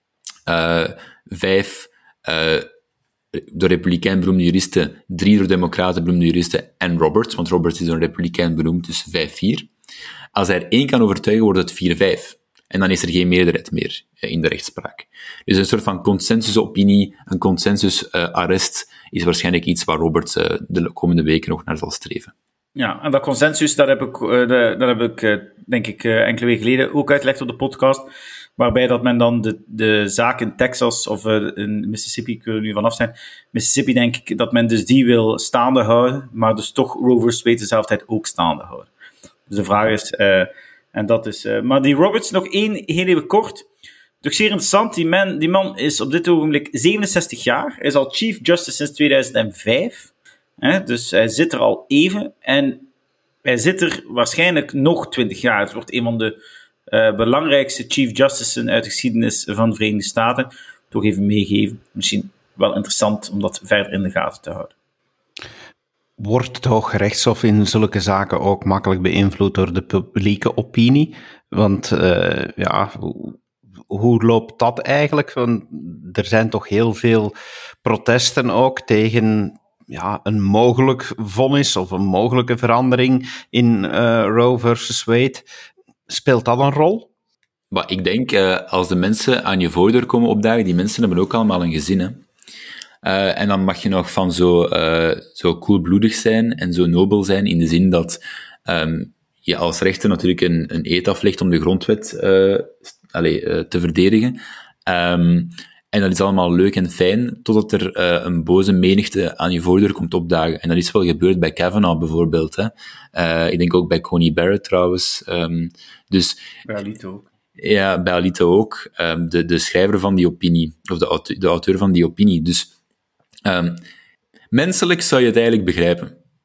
Uh, vijf uh, door Republikein beroemde juristen, drie door Democraten beroemde juristen en Roberts, want Roberts is door een Republikein benoemd, dus vijf vier. Als hij er één kan overtuigen, wordt het vier vijf. En dan is er geen meerderheid meer uh, in de rechtspraak. Dus een soort van consensusopinie, een consensusarrest, uh, is waarschijnlijk iets waar Roberts uh, de komende weken nog naar zal streven. Ja, en dat consensus, dat heb ik, uh, de, dat heb ik uh, denk ik uh, enkele weken geleden ook uitgelegd op de podcast, waarbij dat men dan de, de zaak in Texas of uh, in Mississippi, ik wil er nu vanaf zijn, Mississippi denk ik dat men dus die wil staande houden, maar dus toch Roe versus Wade dezelfde tijd ook staande houden. Dus de vraag is, uh, en dat is, uh, maar die Roberts, nog één, heel even kort, toch zeer interessant, die man, die man is op dit ogenblik zevenenzestig jaar, hij is al Chief Justice sinds tweeduizend vijf, hè, dus hij zit er al even, en hij zit er waarschijnlijk nog twintig jaar, het wordt een van de Uh, belangrijkste Chief Justices uit de geschiedenis van de Verenigde Staten. Toch even meegeven. Misschien wel interessant om dat verder in de gaten te houden. Wordt het Hoge Rechtshof in zulke zaken ook makkelijk beïnvloed door de publieke opinie? Want uh, ja, hoe, hoe loopt dat eigenlijk? Want er zijn toch heel veel protesten ook tegen ja, een mogelijk vonnis of een mogelijke verandering in uh, Roe versus Wade. Speelt dat een rol? Maar ik denk, uh, als de mensen aan je voordeur komen opdagen, die mensen hebben ook allemaal een gezin, hè. Uh, en dan mag je nog van zo, uh, zo koelbloedig zijn en zo nobel zijn, in de zin dat um, je als rechter natuurlijk een, een eed aflegt om de grondwet uh, allez, uh, te verdedigen. Um, en dat is allemaal leuk en fijn, totdat er uh, een boze menigte aan je voordeur komt opdagen. En dat is wel gebeurd bij Kavanaugh bijvoorbeeld. Hè. Uh, ik denk ook bij Coney Barrett trouwens. Um, dus, bij Alito ook. Ja, bij Alito ook. Um, de, de schrijver van die opinie, of de auteur, de auteur van die opinie. Dus um, menselijk zou je het eigenlijk begrijpen.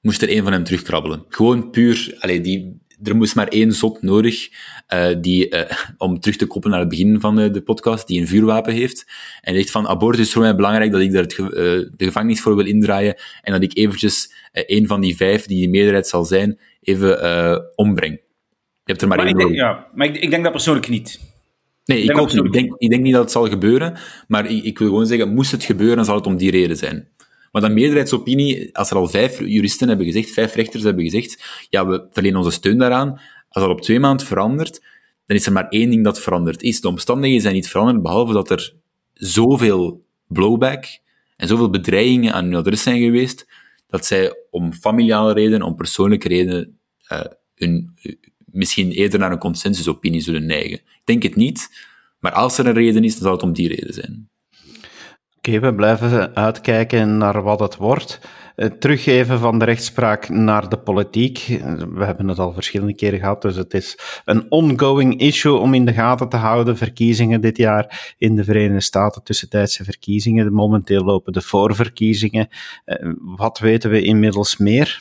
moest er één van hem terugkrabbelen. Gewoon puur, allee, die, er moest maar één zot nodig, uh, die, uh, om terug te koppelen naar het begin van de, de podcast, die een vuurwapen heeft. En die zegt van, abortus is voor mij belangrijk dat ik daar het ge, uh, de gevangenis voor wil indraaien en dat ik eventjes uh, één van die vijf, die de meerderheid zal zijn, even uh, ombreng. Je hebt er maar, maar één ik nodig. denk, ja, maar ik, ik denk dat persoonlijk niet. Nee, ik, ik ook niet. Ik denk, ik denk niet dat het zal gebeuren, maar ik, ik wil gewoon zeggen, moest het gebeuren, dan zal het om die reden zijn. Maar de meerderheidsopinie, als er al vijf juristen hebben gezegd, vijf rechters hebben gezegd, ja, we verlenen onze steun daaraan, als dat op twee maanden verandert, dan is er maar één ding dat veranderd is. De omstandigheden zijn niet veranderd, behalve dat er zoveel blowback en zoveel bedreigingen aan hun adres zijn geweest, dat zij om familiale redenen, om persoonlijke redenen, uh, hun, uh, misschien eerder naar een consensusopinie zullen neigen. Ik denk het niet, maar als er een reden is, dan zal het om die reden zijn. Oké, okay, we blijven uitkijken naar wat het wordt. Uh, teruggeven van de rechtspraak naar de politiek. We hebben het al verschillende keren gehad, dus het is een ongoing issue om in de gaten te houden. Verkiezingen dit jaar in de Verenigde Staten, tussentijdse verkiezingen. Momenteel lopen de voorverkiezingen. Uh, wat weten we inmiddels meer?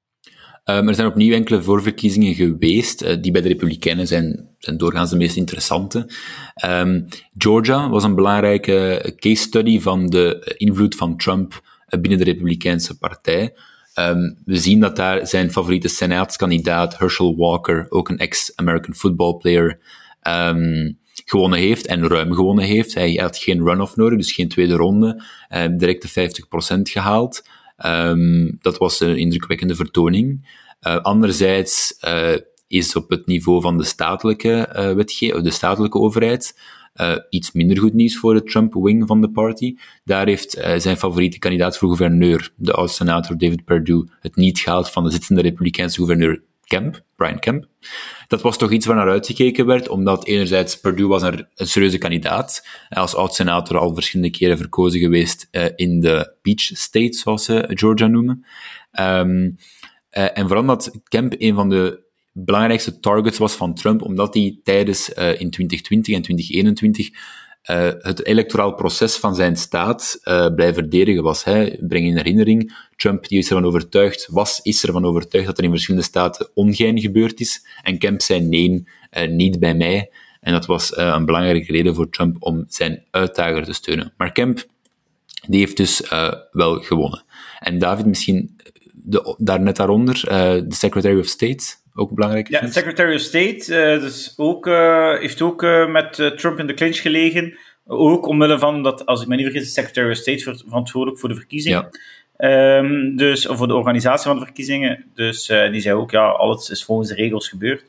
Um, er zijn opnieuw enkele voorverkiezingen geweest, uh, die bij de Republikeinen zijn, zijn doorgaans de meest interessante. Um, Georgia was een belangrijke case study van de invloed van Trump binnen de Republikeinse partij. Um, we zien dat daar zijn favoriete senaatskandidaat Herschel Walker, ook een ex-American football player, um, gewonnen heeft en ruim gewonnen heeft. Hij had geen runoff nodig, dus geen tweede ronde, um, direct de vijftig procent gehaald. Um, dat was een indrukwekkende vertoning. Uh, anderzijds uh, is op het niveau van de statelijke uh, wetgeving, de statelijke overheid, uh, iets minder goed nieuws voor de Trump-wing van de party. Daar heeft uh, zijn favoriete kandidaat voor gouverneur, de oud-senator David Perdue, het niet gehaald van de zittende Republikeinse gouverneur Kemp, Brian Kemp. Dat was toch iets waar naar uitgekeken werd, omdat enerzijds Perdue was een, een serieuze kandidaat, als oud-senator al verschillende keren verkozen geweest uh, in de Peach State, zoals ze Georgia noemen. Um, uh, en vooral dat Kemp een van de belangrijkste targets was van Trump, omdat hij tijdens uh, in twintig twintig en twintig eenentwintig uh, het electoraal proces van zijn staat uh, blijven verdedigen was. Hè. Breng in herinnering, Trump die is ervan overtuigd, was, is ervan overtuigd dat er in verschillende staten ongein gebeurd is. En Kemp zei nee, uh, niet bij mij. En dat was uh, een belangrijke reden voor Trump om zijn uitdager te steunen. Maar Kemp, die heeft dus uh, wel gewonnen. En David, misschien de, daar net daaronder, uh, de Secretary of State, ook belangrijk. Ja, de Secretary of State uh, dus ook, uh, heeft ook uh, met uh, Trump in de clinch gelegen. Ook omwille van dat, als ik me niet vergis, de Secretary of State ver- verantwoordelijk voor de verkiezingen. Ja. Um, dus, of voor de organisatie van de verkiezingen. Dus uh, die zei ook, ja, alles is volgens de regels gebeurd.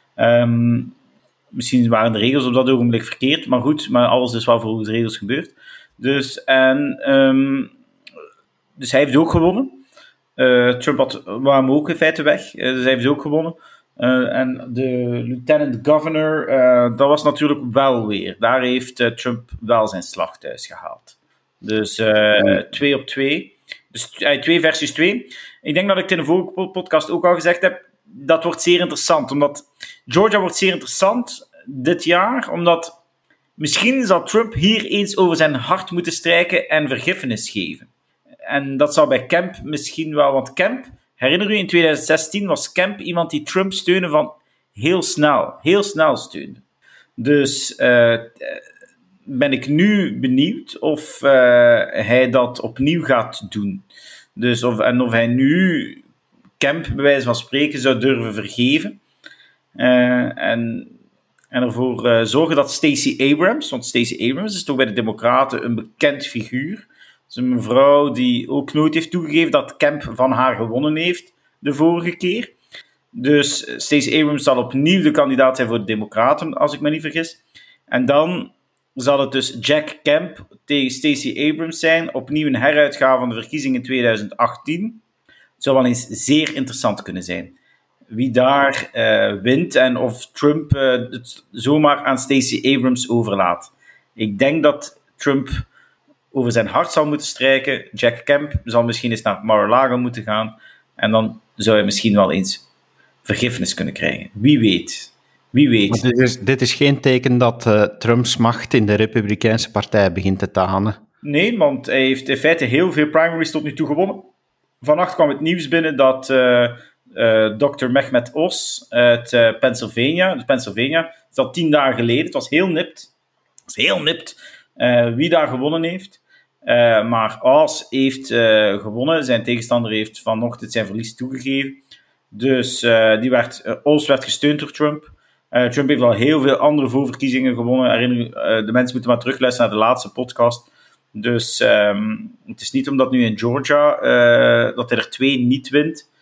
Um, misschien waren de regels op dat ogenblik verkeerd, maar goed, maar alles is wel volgens de regels gebeurd. Dus, en, um, dus hij heeft ook gewonnen. Uh, Trump had, wou hem ook in feite weg, uh, dus hij heeft ook gewonnen. Uh, en de lieutenant governor, uh, dat was natuurlijk wel weer. Daar heeft uh, Trump wel zijn slag thuis gehaald. Dus uh, twee op twee. Dus uh, twee versus twee. Ik denk dat ik het in de vorige podcast ook al gezegd heb, dat wordt zeer interessant. Omdat Georgia wordt zeer interessant dit jaar, omdat misschien zal Trump hier eens over zijn hart moeten strijken en vergiffenis geven. En dat zal bij Kemp misschien wel, want Kemp, herinner u, in twintig zestien was Kemp iemand die Trump steunde van heel snel, heel snel steunde. Dus uh, ben ik nu benieuwd of uh, hij dat opnieuw gaat doen. Dus of, en of hij nu Kemp, bij wijze van spreken, zou durven vergeven. Uh, en, en ervoor uh, zorgen dat Stacey Abrams, want Stacey Abrams is toch bij de Democraten een bekend figuur. Het is een mevrouw die ook nooit heeft toegegeven dat Kemp van haar gewonnen heeft de vorige keer. Dus Stacey Abrams zal opnieuw de kandidaat zijn voor de Democraten, als ik me niet vergis. En dan zal het dus Jack Kemp tegen Stacey Abrams zijn. Opnieuw een heruitgave van de verkiezingen in twintig achttien. Het zou wel eens zeer interessant kunnen zijn. Wie daar uh, wint en of Trump uh, het zomaar aan Stacey Abrams overlaat. Ik denk dat Trump over zijn hart zal moeten strijken. Jack Kemp zal misschien eens naar Mar-a-Lago moeten gaan. En dan zou hij misschien wel eens vergiffenis kunnen krijgen. Wie weet. Wie weet. Dit is, dit is geen teken dat uh, Trumps macht in de Republikeinse partij begint te tanen. Nee, want hij heeft in feite heel veel primaries tot nu toe gewonnen. vannacht kwam het nieuws binnen dat uh, uh, dokter Mehmet Oz uit uh, Pennsylvania, dus Pennsylvania, dat is al tien dagen geleden, het was heel nipt, het was heel nipt uh, wie daar gewonnen heeft. Uh, maar Oz heeft uh, gewonnen, zijn tegenstander heeft vanochtend zijn verlies toegegeven. Dus uh, die werd, uh, Oz werd gesteund door Trump. Uh, Trump heeft al heel veel andere voorverkiezingen gewonnen. Herinner, uh, de mensen moeten maar terugluisteren naar de laatste podcast. Dus um, het is niet omdat nu in Georgia uh, dat hij er twee niet wint,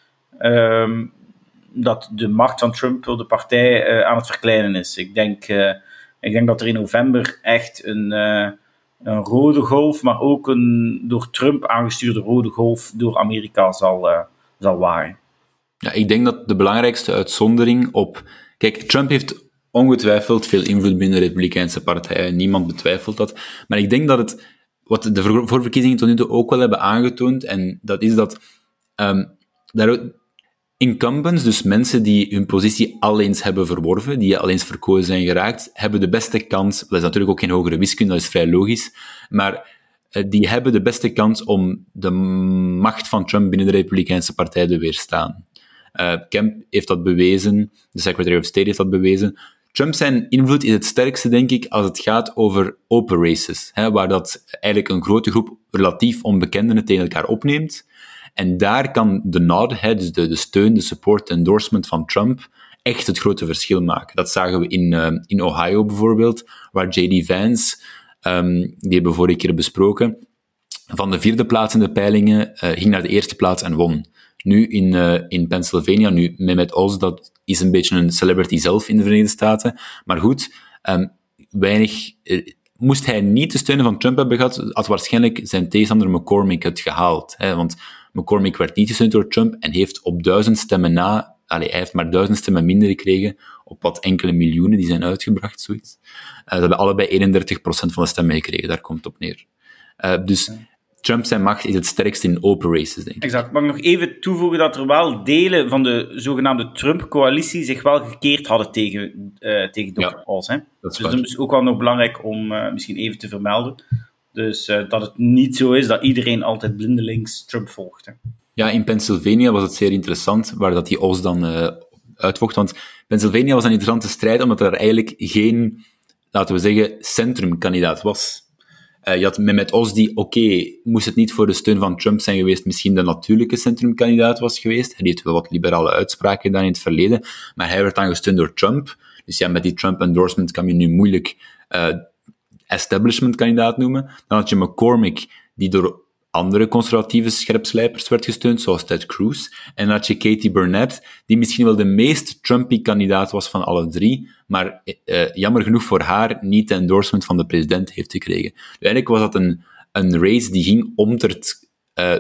um, dat de macht van Trump door de partij uh, aan het verkleinen is. Ik denk, uh, ik denk dat er in november echt een, uh, een rode golf, maar ook een door Trump aangestuurde rode golf door Amerika zal, uh, zal waaien. Ja, ik denk dat de belangrijkste uitzondering op... Kijk, Trump heeft ongetwijfeld veel invloed binnen de Republikeinse partij. Niemand betwijfelt dat. Maar ik denk dat het... Wat de voorverkiezingen tot nu toe ook wel hebben aangetoond, en dat is dat um, daar incumbents, dus mensen die hun positie al eens hebben verworven, die al eens verkozen zijn geraakt, hebben de beste kans... Dat is natuurlijk ook geen hogere wiskunde, dat is vrij logisch, maar uh, die hebben de beste kans om de macht van Trump binnen de Republikeinse partij te weerstaan. Uh, Kemp heeft dat bewezen, de Secretary of State heeft dat bewezen. Trump zijn invloed is het sterkste, denk ik, als het gaat over open races, hè, waar dat eigenlijk een grote groep relatief onbekenden het tegen elkaar opneemt. En daar kan de nod, hè, dus de, de steun, de support, de endorsement van Trump echt het grote verschil maken. Dat zagen we in, uh, in Ohio bijvoorbeeld, waar J D Vance, um, die hebben we vorige keer besproken, van de vierde plaats in de peilingen uh, ging naar de eerste plaats en won. Nu in, uh, in Pennsylvania, nu Mehmet Oz, dat is een beetje een celebrity zelf in de Verenigde Staten. Maar goed, um, weinig... Uh, moest hij niet de steun van Trump hebben gehad, had waarschijnlijk zijn tegenstander McCormick het gehaald. Hè, want McCormick werd niet gesteund door Trump en heeft op duizend stemmen na... Allee, hij heeft maar duizend stemmen minder gekregen op wat enkele miljoenen die zijn uitgebracht, zoiets. Uh, dat hebben allebei eenendertig procent van de stemmen gekregen, daar komt het op neer. Uh, dus... Trump zijn macht is het sterkst in open races, denk ik. Exact. Mag ik nog even toevoegen dat er wel delen van de zogenaamde Trump-coalitie zich wel gekeerd hadden tegen, uh, tegen dokter Ja, Oz. Hè? Dat is dus dat is ook wel nog belangrijk om uh, misschien even te vermelden. Dus uh, dat het niet zo is dat iedereen altijd blindelings Trump volgt. Hè? Ja, in Pennsylvania was het zeer interessant, waar dat die Oz dan uh, uitvocht. Want Pennsylvania was een interessante strijd, omdat er eigenlijk geen, laten we zeggen, centrumkandidaat was. Uh, je had Mehmet Oz die, oké, okay, moest het niet voor de steun van Trump zijn geweest, misschien de natuurlijke centrumkandidaat was geweest. Hij heeft wel wat liberale uitspraken gedaan in het verleden, maar hij werd dan gesteund door Trump. Dus ja, met die Trump-endorsement kan je nu moeilijk uh, establishment-kandidaat noemen. Dan had je McCormick, die door andere conservatieve scherpslijpers werd gesteund, zoals Ted Cruz. En dan had je Katie Burnett, die misschien wel de meest Trumpy kandidaat was van alle drie, maar uh, jammer genoeg voor haar niet de endorsement van de president heeft gekregen. Dus eigenlijk was dat een, een race die ging om het uh,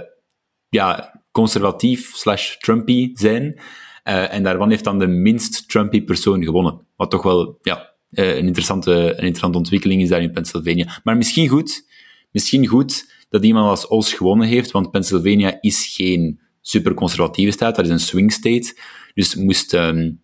ja, conservatief slash Trumpy zijn. Uh, en daarvan heeft dan de minst Trumpy persoon gewonnen. Wat toch wel ja, uh, een, interessante, een interessante ontwikkeling is daar in Pennsylvania. Maar misschien goed, misschien goed dat iemand als Oz gewonnen heeft, want Pennsylvania is geen superconservatieve staat, dat is een swing state. Dus moest um,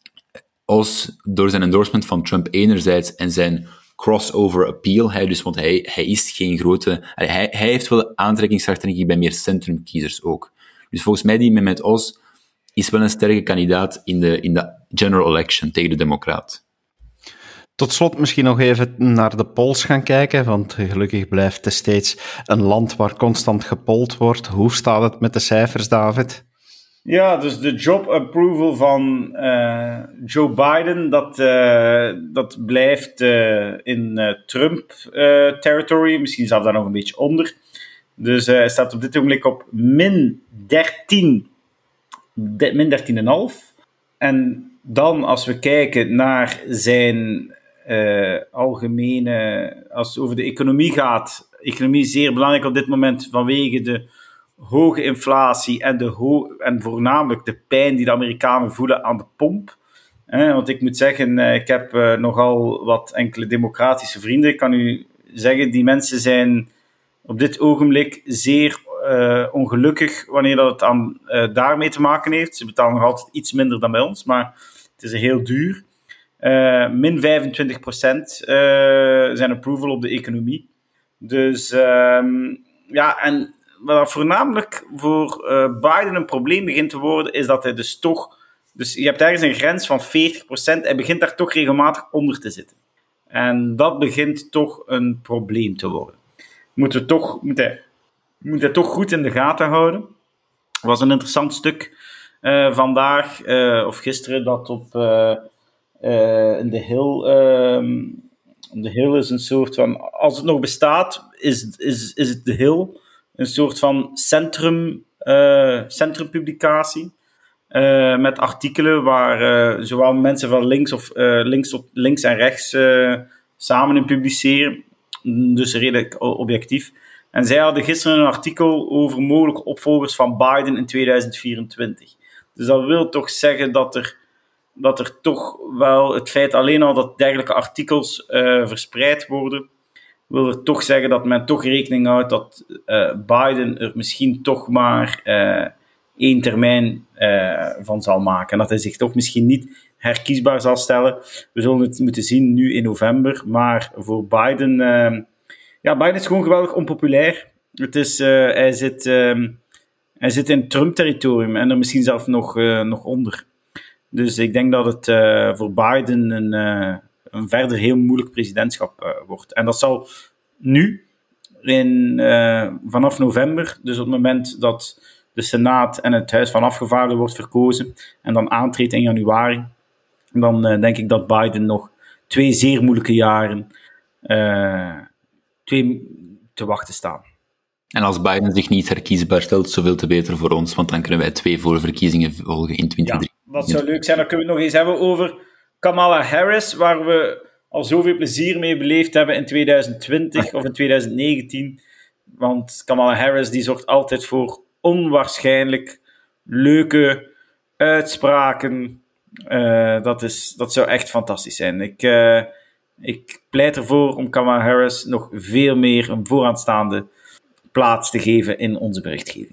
Oz door zijn endorsement van Trump enerzijds en zijn crossover appeal, hij dus, want hij, hij is geen grote... Hij, hij heeft wel aantrekkingskracht, denk ik, bij meer centrumkiezers ook. Dus volgens mij die Mehmet Oz is wel een sterke kandidaat in de, in de general election tegen de Democraat. Tot slot misschien nog even naar de polls gaan kijken, want gelukkig blijft het steeds een land waar constant gepold wordt. Hoe staat het met de cijfers, David? Ja, dus de job approval van uh, Joe Biden, dat, uh, dat blijft uh, in uh, Trump-territory, uh, misschien zelfs daar nog een beetje onder. Dus uh, hij staat op dit ogenblik op min dertien, de, min dertien komma vijf. En dan, als we kijken naar zijn uh, algemene... Als het over de economie gaat, economie is zeer belangrijk op dit moment vanwege de hoge inflatie en, de ho- en voornamelijk de pijn die de Amerikanen voelen aan de pomp. Eh, want ik moet zeggen, uh, ik heb uh, nogal wat enkele democratische vrienden. Ik kan u zeggen, die mensen zijn op dit ogenblik zeer uh, ongelukkig wanneer dat het aan, uh, daarmee te maken heeft. Ze betalen nog altijd iets minder dan bij ons, maar het is heel duur. Uh, min vijfentwintig procent uh, zijn approval op de economie. Dus um, ja, en wat voornamelijk voor uh, Biden een probleem begint te worden, is dat hij dus toch... Dus je hebt ergens een grens van veertig procent, hij begint daar toch regelmatig onder te zitten. En dat begint toch een probleem te worden. Moeten we toch, moet hij, moet hij toch goed in de gaten houden. Er was een interessant stuk uh, vandaag, uh, of gisteren, dat op uh, uh, in The Hill... Uh, The Hill is een soort van... Als het nog bestaat, is, is, is het The Hill een soort van centrum, uh, centrumpublicatie. Uh, met artikelen waar uh, zowel mensen van links, of, uh, links, tot, links en rechts uh, samen in publiceren. Dus redelijk objectief. En zij hadden gisteren een artikel over mogelijke opvolgers van Biden in tweeduizend vierentwintig. Dus dat wil toch zeggen dat er, dat er toch wel het feit alleen al dat dergelijke artikels uh, verspreid worden, wil er toch zeggen dat men toch rekening houdt dat uh, Biden er misschien toch maar uh, één termijn uh, van zal maken. En dat hij zich toch misschien niet herkiesbaar zal stellen. We zullen het moeten zien nu in november. Maar voor Biden... Uh, ja, Biden is gewoon geweldig onpopulair. Het is, uh, hij, zit, uh, hij zit in Trump-territorium en er misschien zelfs nog, uh, nog onder. Dus ik denk dat het uh, voor Biden een, uh, een verder heel moeilijk presidentschap uh, wordt. En dat zal nu, in, uh, vanaf november, dus op het moment dat de Senaat en het Huis van Afgevaardigden wordt verkozen en dan aantreedt in januari, dan uh, denk ik dat Biden nog twee zeer moeilijke jaren uh, twee te wachten staan. En als Biden zich niet herkiesbaar stelt, zoveel te beter voor ons, want dan kunnen wij twee voorverkiezingen volgen in twintig drieëntwintig. Ja, dat zou leuk zijn. Dan kunnen we het nog eens hebben over Kamala Harris, waar we al zoveel plezier mee beleefd hebben in tweeduizend twintig of in tweeduizend negentien. Want Kamala Harris die zorgt altijd voor onwaarschijnlijk leuke uitspraken. Uh, dat, is, dat zou echt fantastisch zijn. Ik, uh, ik pleit ervoor om Kamala Harris nog veel meer een vooraanstaande plaats te geven in onze berichtgeving.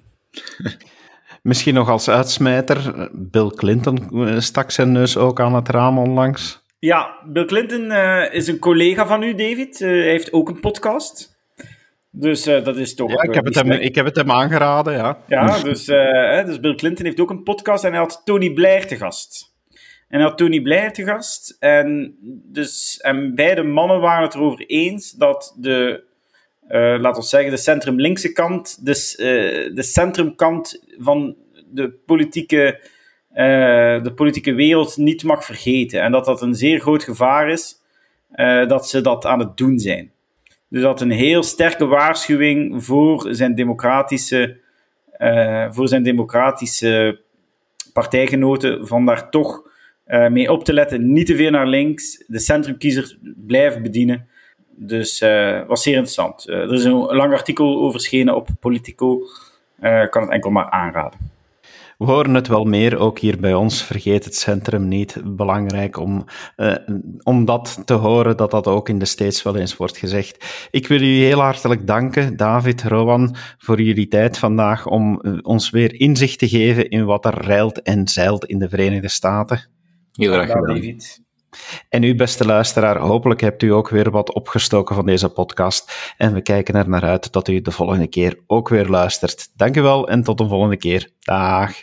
Misschien nog als uitsmijter, Bill Clinton stak zijn neus ook aan het raam onlangs. Ja, Bill Clinton uh, is een collega van u, David. Uh, hij heeft ook een podcast. Dus uh, dat is toch... Ja, ik heb, het hem, ik heb het hem aangeraden, ja. Ja, dus, uh, dus Bill Clinton heeft ook een podcast en hij had Tony Blair te gast. En hij had Tony Blair te gast. En, dus, en beide mannen waren het erover eens dat de... Uh, laten we zeggen, de centrum-linkse kant, dus, uh, de centrumkant van de politieke, uh, de politieke wereld niet mag vergeten. En dat dat een zeer groot gevaar is, uh, dat ze dat aan het doen zijn. Dus dat een heel sterke waarschuwing voor zijn democratische, uh, voor zijn democratische partijgenoten, van daar toch uh, mee op te letten, niet te veel naar links, de centrumkiezer blijven bedienen. Dus het uh, was zeer interessant. Uh, er is een lang artikel over verschenen op Politico. Ik uh, kan het enkel maar aanraden. We horen het wel meer, ook hier bij ons. Vergeet het centrum niet. Belangrijk om, uh, om dat te horen, dat dat ook in de States wel eens wordt gezegd. Ik wil jullie heel hartelijk danken, David, Rowan, voor jullie tijd vandaag om uh, ons weer inzicht te geven in wat er reilt en zeilt in de Verenigde Staten. Heel graag gedaan, David. En u, beste luisteraar, hopelijk hebt u ook weer wat opgestoken van deze podcast. En we kijken er naar uit dat u de volgende keer ook weer luistert. Dank u wel en tot de volgende keer. Dag.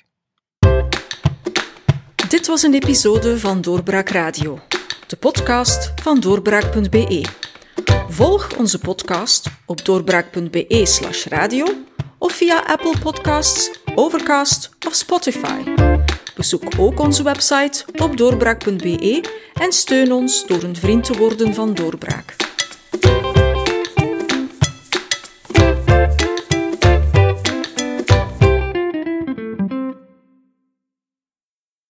Dit was een episode van Doorbraak Radio, de podcast van doorbraak punt b e. Volg onze podcast op doorbraak punt b e slash radio of via Apple Podcasts, Overcast of Spotify. Bezoek ook onze website op doorbraak punt b e en steun ons door een vriend te worden van Doorbraak.